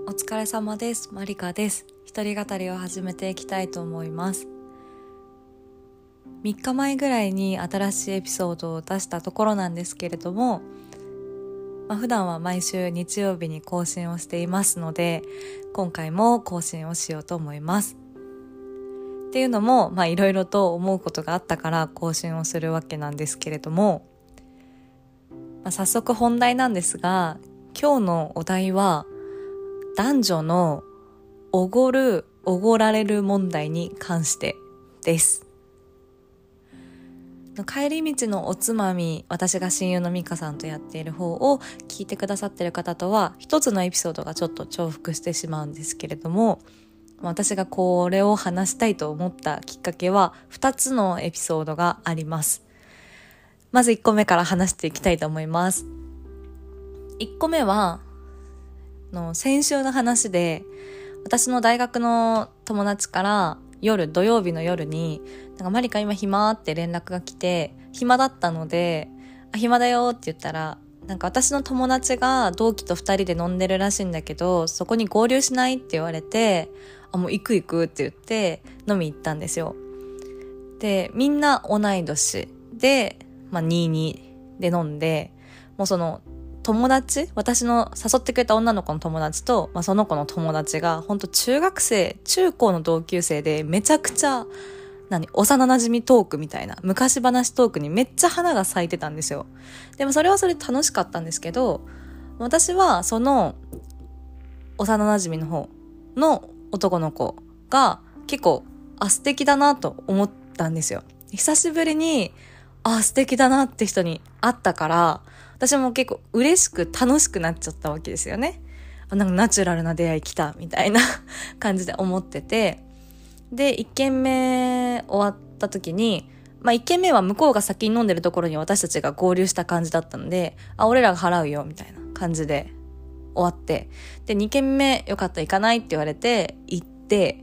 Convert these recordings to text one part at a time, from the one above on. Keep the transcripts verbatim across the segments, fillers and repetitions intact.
お疲れ様です。マリカです。一人語りを始めていきたいと思います。みっかまえぐらいに新しいエピソードを出したところなんですけれども、まあ、普段は毎週日曜日に更新をしていますので、今回も更新をしようと思います。っていうのも、まあいろいろと思うことがあったから更新をするわけなんですけれども、まあ、早速本題なんですが、今日のお題は男女のおごる、おごられる問題に関してです。帰り道のおつまみ、私が親友のミカさんとやっている方を聞いてくださっている方とは一つのエピソードがちょっと重複してしまうんですけれども、私がこれを話したいと思ったきっかけは二つのエピソードがあります。まず一個目から話していきたいと思います。一個目はの先週の話で、私の大学の友達から夜土曜日の夜になんかマリカ今暇って連絡が来て、暇だったのであ暇だよって言ったら、なんか私の友達が同期と二人で飲んでるらしいんだけど、そこに合流しないって言われて、あもう行く行くって言って飲み行ったんですよ。でみんな同い年で、まあ、にたいにで飲んで、もうその友達、私の誘ってくれた女の子の友達と、まあ、その子の友達が本当中学生、中高の同級生でめちゃくちゃ何幼馴染トークみたいな昔話トークにめっちゃ花が咲いてたんですよ。でもそれはそれで楽しかったんですけど、私はその幼馴染の方の男の子が結構あ素敵だなと思ったんですよ。久しぶりにあ素敵だなって人に会ったから、私も結構嬉しく楽しくなっちゃったわけですよね。あなんかナチュラルな出会い来たみたいな感じで思ってて、で一軒目終わった時に、まあ一軒目は向こうが先に飲んでるところに私たちが合流した感じだったので、あ俺らが払うよみたいな感じで終わって、で二軒目よかったら行かないって言われて行って、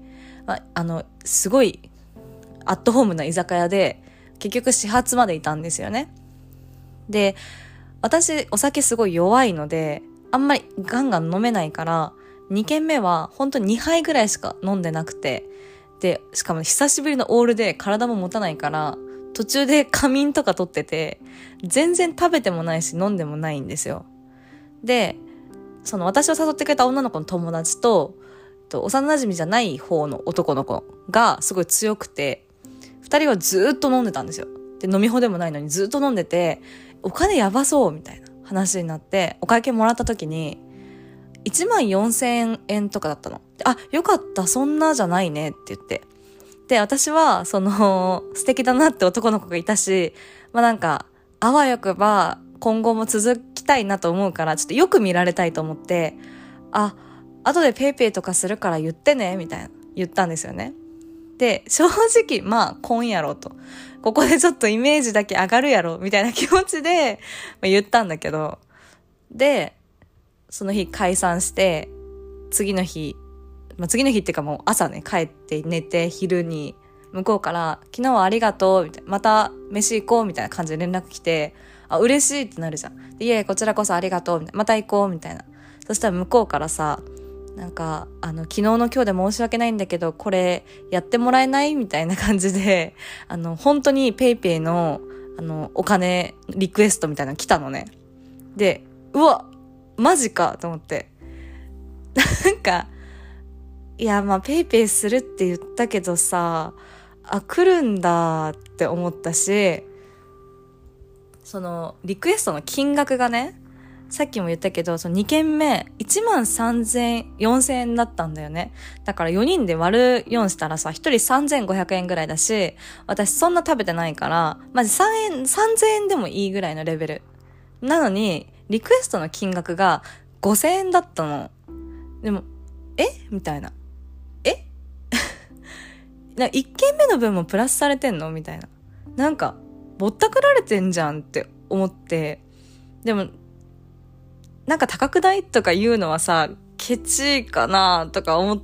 まあ、あのすごいアットホームな居酒屋で結局始発までいたんですよね。で私お酒すごい弱いのであんまりガンガン飲めないから、に軒目は本当ににはいぐらいしか飲んでなくて、でしかも久しぶりのオールで体も持たないから、途中で仮眠とか取ってて全然食べてもないし飲んでもないんですよ。でその私を誘ってくれた女の子の友達と幼馴染じゃない方の男の子がすごい強くて、二人はずっと飲んでたんですよ。で飲みほでもないのにずっと飲んでて、お金やばそうみたいな話になって、お会計もらった時にいちまんよんせんえんとかだったの。あよかったそんなじゃないねって言って、で私はその素敵だなって男の子がいたし、まあなんかあわよくば今後も続きたいなと思うから、ちょっとよく見られたいと思って、あ後でペイペイとかするから言ってねみたいな言ったんですよね。で正直まあ今やろと、ここでちょっとイメージだけ上がるやろみたいな気持ちで言ったんだけど、でその日解散して、次の日、まあ、次の日っていうかもう朝ね帰って寝て、昼に向こうから昨日はありがとうみたいな、また飯行こうみたいな感じで連絡来て、あ嬉しいってなるじゃん。でいやいやこちらこそありがとうみたいな、また行こうみたいな。そしたら向こうからさ、なんかあの昨日の今日で申し訳ないんだけどこれやってもらえないみたいな感じで、あの本当にペイペイのあのお金リクエストみたいなの来たのね。でうわマジかと思って、なんかいやまあペイペイするって言ったけどさ、あ来るんだって思ったし、そのリクエストの金額がね、さっきも言ったけどそのに軒目いちまんさんぜんよんせんえんだったんだよね。だからよにんで割るよんしたらさ、ひとりさんぜんごひゃくえんぐらいだし、私そんな食べてないからマジさんえんさんぜんえんでもいいぐらいのレベルなのに、リクエストの金額がごせんえんだったの。でもえみたいな、えなんかいっ軒目の分もプラスされてんのみたいな、なんかぼったくられてんじゃんって思って、でもなんか高くないとか言うのはさケチかなとか思って、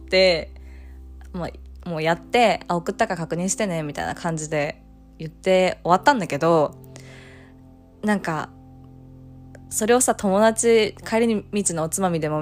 まあ、もうやってあ送ったか確認してねみたいな感じで言って終わったんだけど、なんかそれをさ友達帰り道のおつまみでも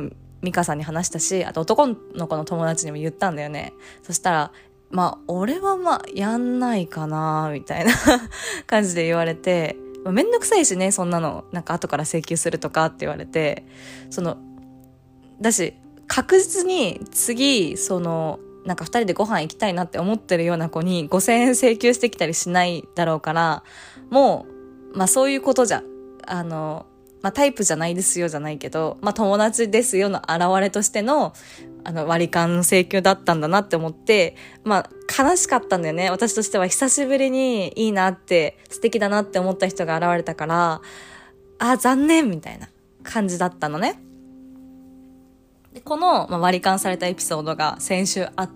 ミカさんに話したし、あと男の子の友達にも言ったんだよね。そしたら、まあ俺はまあやんないかなみたいな感じで言われて、めんどくさいしね、そんなのなんか後から請求するとかって言われて、そのだし確実に次そのなんかふたりでご飯行きたいなって思ってるような子にごせんえん請求してきたりしないだろうから、もうまあそういうことじゃん。あのまあタイプじゃないですよじゃないけど、まあ友達ですよの現れとしてのあの割り勘の請求だったんだなって思って、まあ悲しかったんだよね。私としては久しぶりにいいなって素敵だなって思った人が現れたから、あ残念みたいな感じだったのね。でこの、まあ、割り勘されたエピソードが先週あって、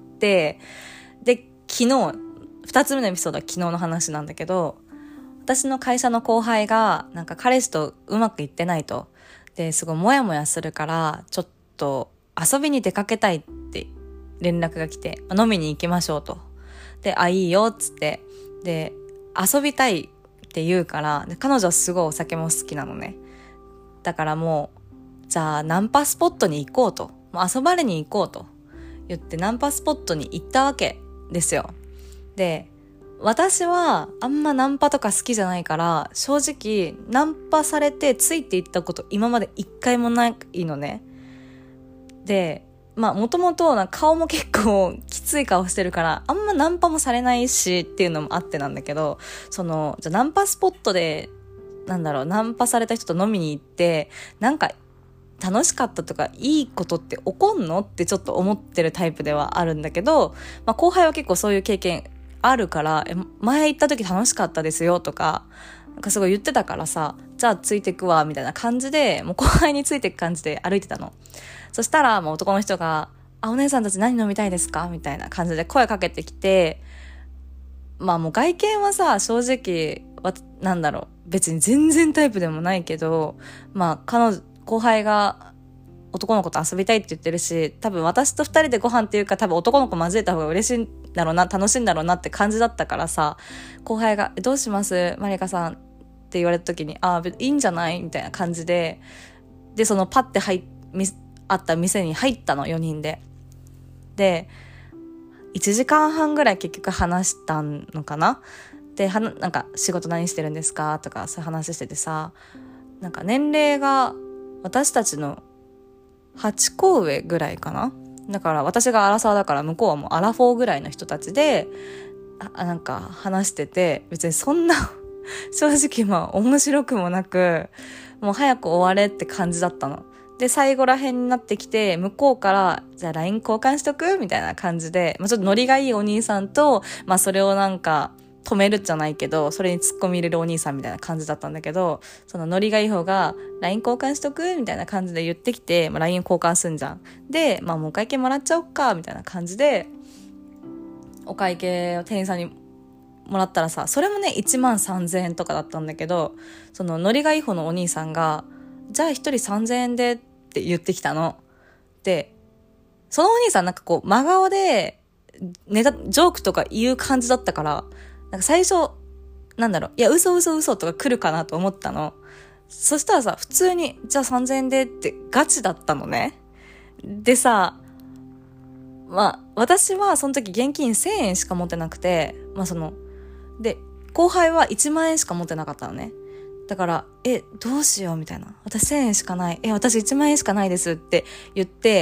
で昨日二つ目のエピソードは昨日の話なんだけど、私の会社の後輩がなんか彼氏とうまくいってないと、ですごいモヤモヤするからちょっと遊びに出かけたいって連絡が来て、飲みに行きましょうと。で、あ、いいよっつって、で、遊びたいって言うから、で彼女はすごいお酒も好きなのね。だからもう、じゃあナンパスポットに行こうと。もう遊ばれに行こうと言ってナンパスポットに行ったわけですよ。で、私はあんまナンパとか好きじゃないから、正直ナンパされてついていったこと今まで一回もないのね。で、まあもともと顔も結構きつい顔してるからあんまナンパもされないしっていうのもあってなんだけど、そのじゃナンパスポットでなんだろうナンパされた人と飲みに行ってなんか楽しかったとかいいことって起こんのってちょっと思ってるタイプではあるんだけど、まあ後輩は結構そういう経験あるから、え前行った時楽しかったですよとかなんかすごい言ってたからさ、じゃあついてくわみたいな感じでもう後輩についてく感じで歩いてたの。そしたらもう男の人があお姉さんたち何飲みたいですかみたいな感じで声かけてきて、まあもう外見はさ正直わなんだろう別に全然タイプでもないけど、まあ彼女後輩が男の子と遊びたいって言ってるし、多分私と二人でご飯っていうか多分男の子交えた方が嬉しいんだろうな楽しいんだろうなって感じだったからさ、後輩がどうしますマリカさんって言われた時にあいいんじゃないみたいな感じで、でそのパッて入あった店に入ったのよにんで。でいちじかんはんぐらい結局話したのかな。ではなんか仕事何してるんですかとかそういう話しててさ、なんか年齢が私たちのはちこ上ぐらいかな。だから私がアラサーだから向こうはもうアラフォーぐらいの人たちであなんか話してて、別にそんな正直まあ面白くもなくもう早く終われって感じだったの。で最後ら辺になってきて向こうからじゃあ ライン 交換しとくみたいな感じで、まあ、ちょっとノリがいいお兄さんと、まあ、それをなんか止めるじゃないけどそれに突っ込み入れるお兄さんみたいな感じだったんだけど、そのノリがいい方が ライン 交換しとくみたいな感じで言ってきて、まあ、ライン 交換すんじゃん。でまあもうお会計もらっちゃおっかみたいな感じでお会計を店員さんにもらったらさ、それもねいちまんさんぜんえんとかだったんだけど、そのノリがいい方のお兄さんがじゃあ一人さんぜんえんでって言ってきたの。でそのお兄さんなんかこう真顔でネタジョークとか言う感じだったから、なんか最初なんだろういや嘘嘘嘘とか来るかなと思ったの。そしたらさ普通にじゃあさんぜんえんでってガチだったのね。でさまあ私はその時現金せんえんしか持ってなくて、まあそので後輩はいちまんえんしか持ってなかったのね。だからえどうしようみたいな、私せんえんしかない、え私いちまんえんしかないですって言って、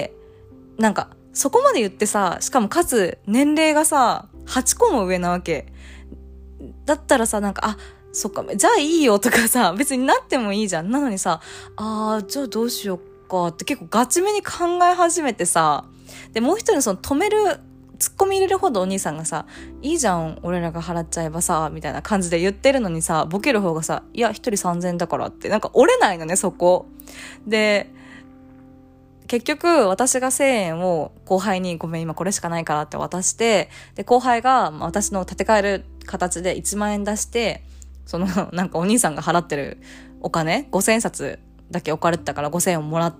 なんかそこまで言ってさ、しかもかつ年齢がさはちこも上なわけだったらさ、なんかあそっかじゃあいいよとかさ別になってもいいじゃん。なのにさあーじゃあどうしようかって結構ガチめに考え始めてさ、でもう一人のその止める突っ込み入れるほどお兄さんがさいいじゃん俺らが払っちゃえばさみたいな感じで言ってるのにさ、ボケる方がさいや一人さんぜんえんだからってなんか折れないのねそこで。結局私がせんえんを後輩にごめん今これしかないからって渡して、で後輩が私の立て替える形でいちまんえん出して、そのなんかお兄さんが払ってるお金ごせんえん札だけ置かれてたからごせんえんをもらって、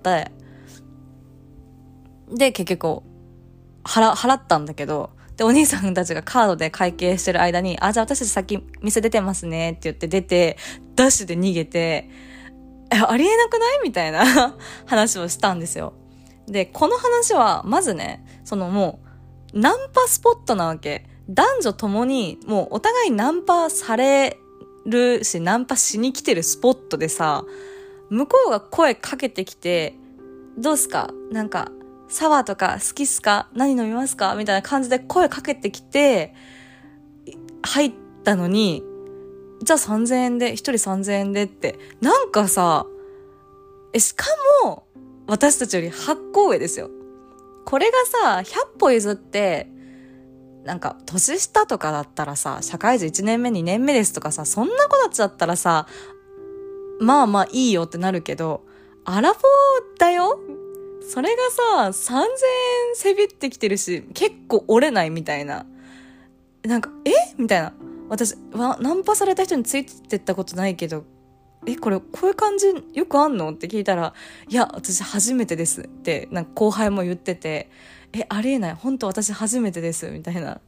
で結局払, 払ったんだけど、でお兄さんたちがカードで会計してる間にあじゃあ私たち先店出てますねって言って出てダッシュで逃げて、ありえなくないみたいな話をしたんですよ。 で、この話は、まずね、そのもう、ナンパスポットなわけ。男女ともに、もうお互いナンパされるし、ナンパしに来てるスポットでさ、向こうが声かけてきて、どうすか？なんか、サワーとか好きっすか？何飲みますか？みたいな感じで声かけてきて、入ったのに、じゃあさんぜんえんで、一人さんぜんえんでって、なんかさ、え、しかも、私たちよりはっこ上ですよ。これがさ、ひゃっぽ譲って、なんか、年下とかだったらさ、社会人いちねんめ、にねんめですとかさ、そんな子たちだったらさ、まあまあいいよってなるけど、アラフォーだよ？それがさ、さんぜんえんせびってきてるし、結構折れないみたいな。なんか、え？みたいな。私、ナンパされた人についてったことないけど、え、これ、こういう感じよくあんのって聞いたら、いや、私初めてですって、なんか後輩も言ってて、え、ありえない。本当私初めてです。みたいな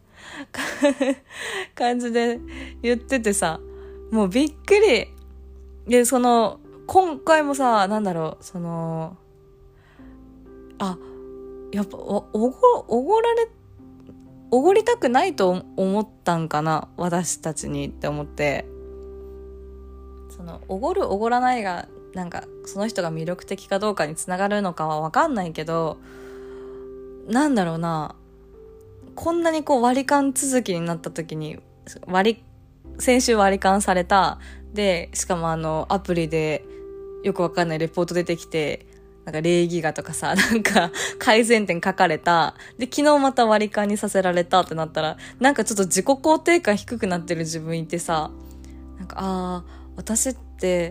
感じで言っててさ、もうびっくり。で、その、今回もさ、なんだろう、その、あ、やっぱ、お、おご、おごられ、おごりたくないと思ったんかな、私たちにって思って、その、おごるおごらないが、なんか、その人が魅力的かどうかにつながるのかはわかんないけど、なんだろうな、こんなにこう割り勘続きになった時に、割り、先週割り勘された、で、しかもあの、アプリでよくわかんないレポート出てきて、なんか礼儀がとかさ、なんか改善点書かれた。で、昨日また割り勘にさせられたってなったら、なんかちょっと自己肯定感低くなってる自分いてさ、なんか、ああ、私って、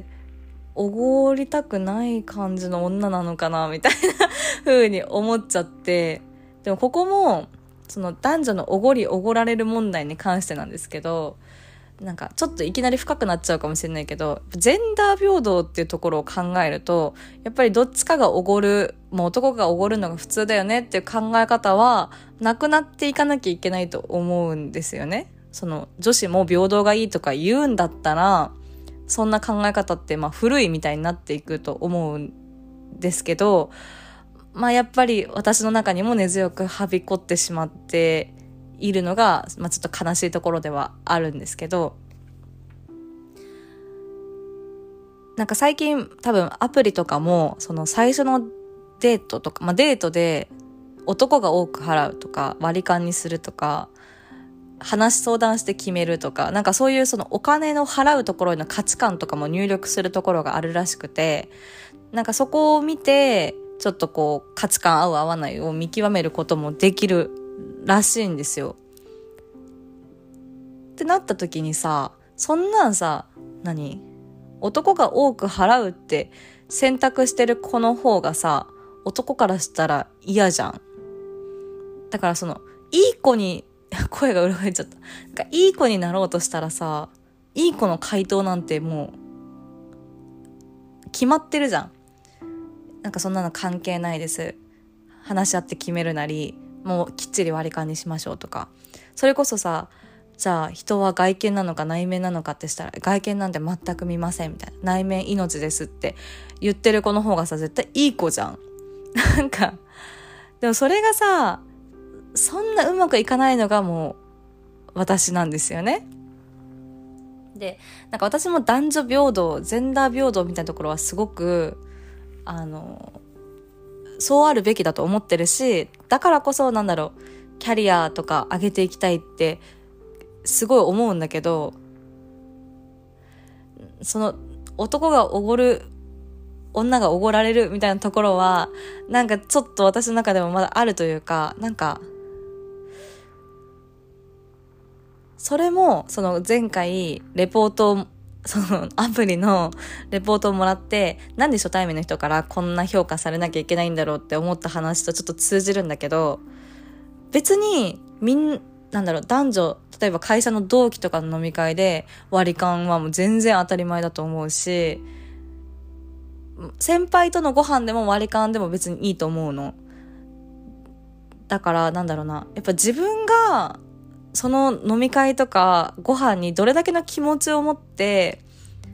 おごりたくない感じの女なのかな、みたいな風に思っちゃって、でもここも、その男女のおごりおごられる問題に関してなんですけど、なんかちょっといきなり深くなっちゃうかもしれないけど、ジェンダー平等っていうところを考えると、やっぱりどっちかがおごる、もう男がおごるのが普通だよねっていう考え方はなくなっていかなきゃいけないと思うんですよね。その女子も平等がいいとか言うんだったら、そんな考え方ってまあ古いみたいになっていくと思うんですけど、まあやっぱり私の中にも根強くはびこってしまっているのが、まあちょっと悲しいところではあるんですけど、なんか最近多分アプリとかも、その最初のデートとか、まあデートで男が多く払うとか、割り勘にするとか、話相談して決めるとか、なんかそういうそのお金の払うところへの価値観とかも入力するところがあるらしくて、なんかそこを見て、ちょっとこう価値観合う合わないを見極めることもできるらしいんですよ。ってなった時にさ、そんなんさ、何？男が多く払うって選択してる子の方がさ、男からしたら嫌じゃん。だからその、いい子に、声が潤えちゃった。なんかいい子になろうとしたらさ、いい子の回答なんてもう、決まってるじゃん。なんかそんなの関係ないです。話し合って決めるなり、もうきっちり割り勘にしましょうとか。それこそさ、じゃあ人は外見なのか内面なのかってしたら、外見なんて全く見ませんみたいな。内面命ですって言ってる子の方がさ、絶対いい子じゃん。なんか、でもそれがさ、そんなうまくいかないのがもう私なんですよね。で、なんか私も男女平等、ジェンダー平等みたいなところはすごく、あの、そうあるべきだと思ってるし、だからこそなんだろう、キャリアとか上げていきたいってすごい思うんだけど、その男がおごる、女がおごられるみたいなところは、なんかちょっと私の中でもまだあるというか、なんか、それも、その前回、レポートを、そのアプリのレポートをもらって、なんで初対面の人からこんな評価されなきゃいけないんだろうって思った話とちょっと通じるんだけど、別に、みん、なんだろう、男女、例えば会社の同期とかの飲み会で割り勘はもう全然当たり前だと思うし、先輩とのご飯でも割り勘でも別にいいと思うの。だからなんだろうな、やっぱ自分がその飲み会とかご飯にどれだけの気持ちを持って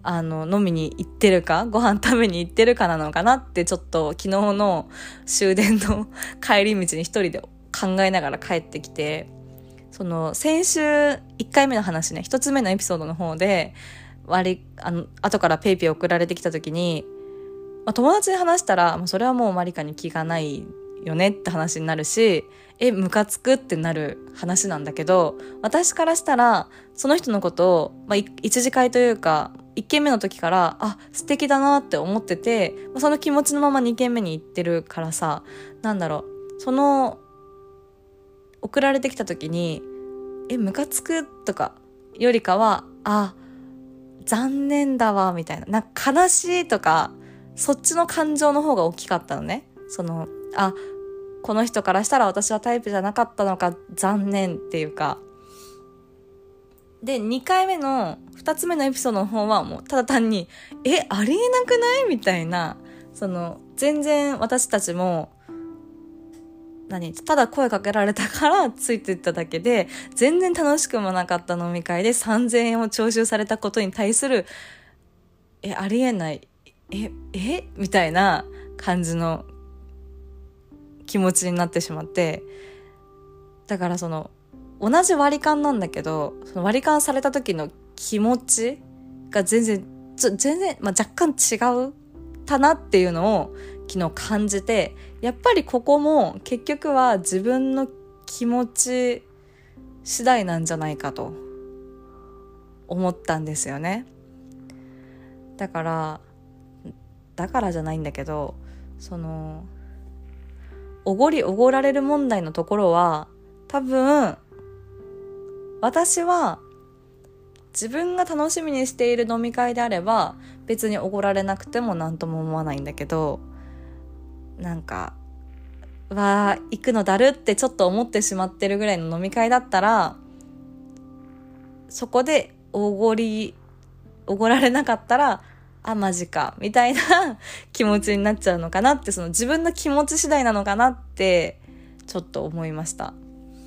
あの飲みに行ってるかご飯食べに行ってるかなのかなってちょっと昨日の終電の帰り道に一人で考えながら帰ってきて、その先週いっかいめの話ね、一つ目のエピソードの方で割りあの後からペイペイ送られてきた時に、まあ、友達に話したら、まあ、それはもうマリカに気がないよねって話になるし、えムカつくってなる話なんだけど、私からしたらその人のことを、まあ、一次会というかいっけんめの時からあ素敵だなって思ってて、その気持ちのままにけんめに行ってるからさ、なんだろう、その送られてきた時にえムカつくとかよりかはあ残念だわみたいな、なんか悲しいとかそっちの感情の方が大きかったのね。そのあこの人からしたら私はタイプじゃなかったのか残念っていうかで、にかいめのふたつめのエピソードの方はもうただ単にえありえなくないみたいな、その全然私たちも何ただ声かけられたからついていっただけで全然楽しくもなかった飲み会でさんぜんえんを徴収されたことに対するえありえないええみたいな感じの気持ちになってしまって、だからその同じ割り勘なんだけど、その割り勘された時の気持ちが全然ちょ全然、まあ、若干違うたなっていうのを昨日感じて、やっぱりここも結局は自分の気持ち次第なんじゃないかと思ったんですよね。だからだからじゃないんだけど、そのおごりおごられる問題のところは多分私は自分が楽しみにしている飲み会であれば別におごられなくても何とも思わないんだけど、なんかわー行くのだるってちょっと思ってしまってるぐらいの飲み会だったら、そこでおごりおごられなかったらあマジかみたいな気持ちになっちゃうのかなって、その自分の気持ち次第なのかなってちょっと思いました。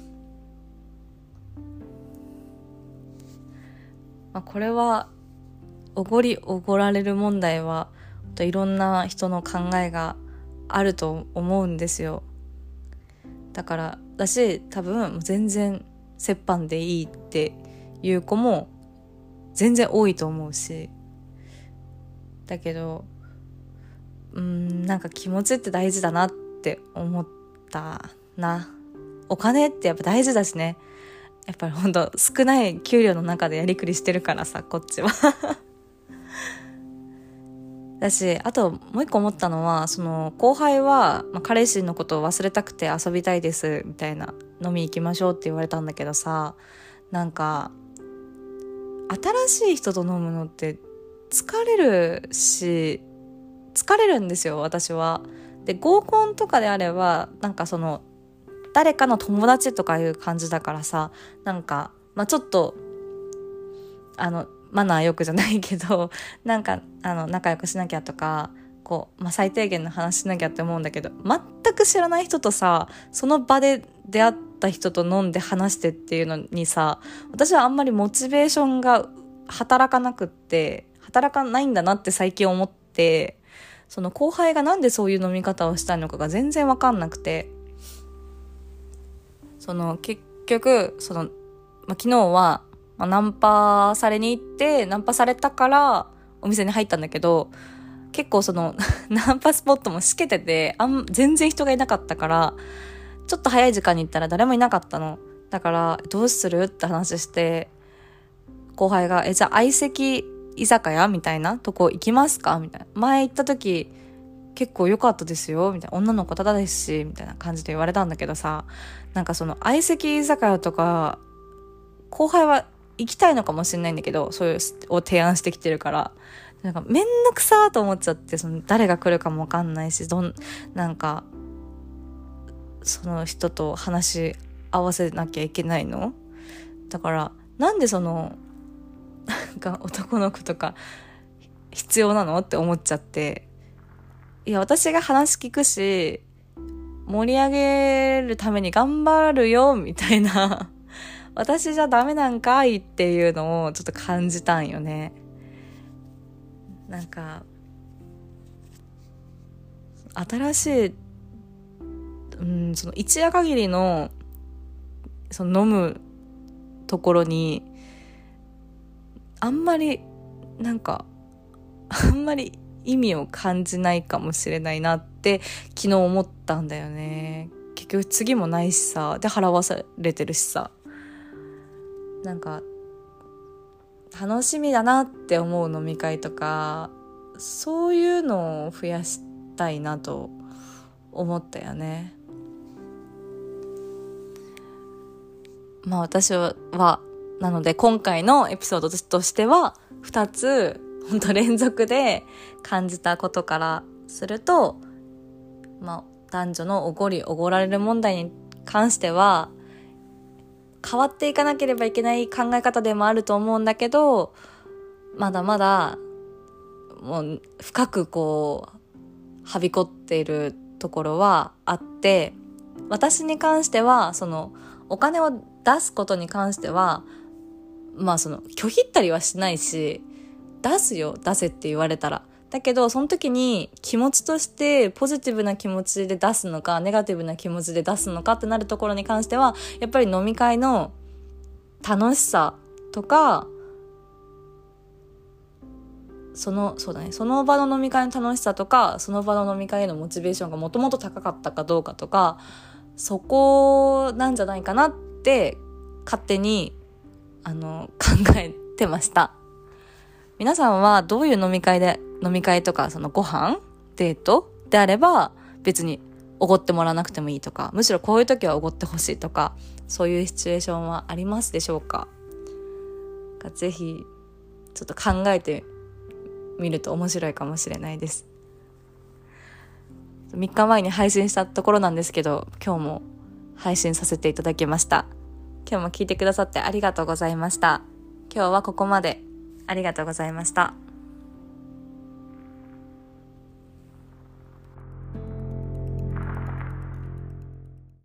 まあ、これはおごりおごられる問題はいろんな人の考えがあると思うんですよ。だからだし多分全然折半でいいっていう子も全然多いと思うし、だけどうーんなんか気持ちって大事だなって思ったな。お金ってやっぱ大事だしね、やっぱりほんと少ない給料の中でやりくりしてるからさこっちはだし、あともう一個思ったのは、その後輩は、まあ、彼氏のことを忘れたくて遊びたいですみたいな、飲み行きましょうって言われたんだけどさ、なんか新しい人と飲むのって疲れるし疲れるんですよ私は。で合コンとかであればなんかその誰かの友達とかいう感じだからさ、なんかまあちょっとあのマナーよくじゃないけどなんかあの仲良くしなきゃとかこう、まあ、最低限の話しなきゃって思うんだけど、全く知らない人とさその場で出会った人と飲んで話してっていうのにさ、私はあんまりモチベーションが働かなくって働かないんだなって最近思って、その後輩がなんでそういう飲み方をしたいのかが全然わかんなくて、その結局その、まあ、昨日は、まあ、ナンパされに行ってナンパされたからお店に入ったんだけど、結構そのナンパスポットもしけててあん全然人がいなかったから、ちょっと早い時間に行ったら誰もいなかったの。だからどうするって話して、後輩がえじゃあ相席居酒屋みたいなとこ行きますかみたいな、前行った時結構良かったですよみたいな、女の子ただですしみたいな感じで言われたんだけどさ、なんかその相席居酒屋とか後輩は行きたいのかもしれないんだけど、そういうを提案してきてるからなんかめんどくさーと思っちゃって、その誰が来るかも分かんないし、どんなんかその人と話し合わせなきゃいけないのだから、なんでそのなんか男の子とか必要なのって思っちゃって、いや私が話聞くし盛り上げるために頑張るよみたいな私じゃダメなんかいっていうのをちょっと感じたんよね。 なんか新しい、うん、その一夜限りのその飲むところにあんまりなんかあんまり意味を感じないかもしれないなって昨日思ったんだよね。結局次もないしさ、で払わされてるしさ、なんか楽しみだなって思う飲み会とかそういうのを増やしたいなと思ったよね。まあ私はなので今回のエピソードとしてはふたつ本当連続で感じたことからすると、まあ男女のおごりおごられる問題に関しては変わっていかなければいけない考え方でもあると思うんだけど、まだまだもう深くこうはびこっているところはあって、私に関してはそのお金を出すことに関してはまあその拒否ったりはしないし、出すよ出せって言われたら、だけどその時に気持ちとしてポジティブな気持ちで出すのかネガティブな気持ちで出すのかってなるところに関してはやっぱり飲み会の楽しさとかそのそうだねその場の飲み会の楽しさとかその場の飲み会へのモチベーションがもともと高かったかどうかとか、そこなんじゃないかなって勝手にあの考えてました。皆さんはどういう飲み会で飲み会とかそのご飯デートであれば別におごってもらわなくてもいいとか、むしろこういう時はおごってほしいとか、そういうシチュエーションはありますでしょうか。ぜひちょっと考えてみると面白いかもしれないです。みっかまえに配信したところなんですけど、今日も配信させていただきました。今日も聞いてくださってありがとうございました。今日はここまで。ありがとうございました。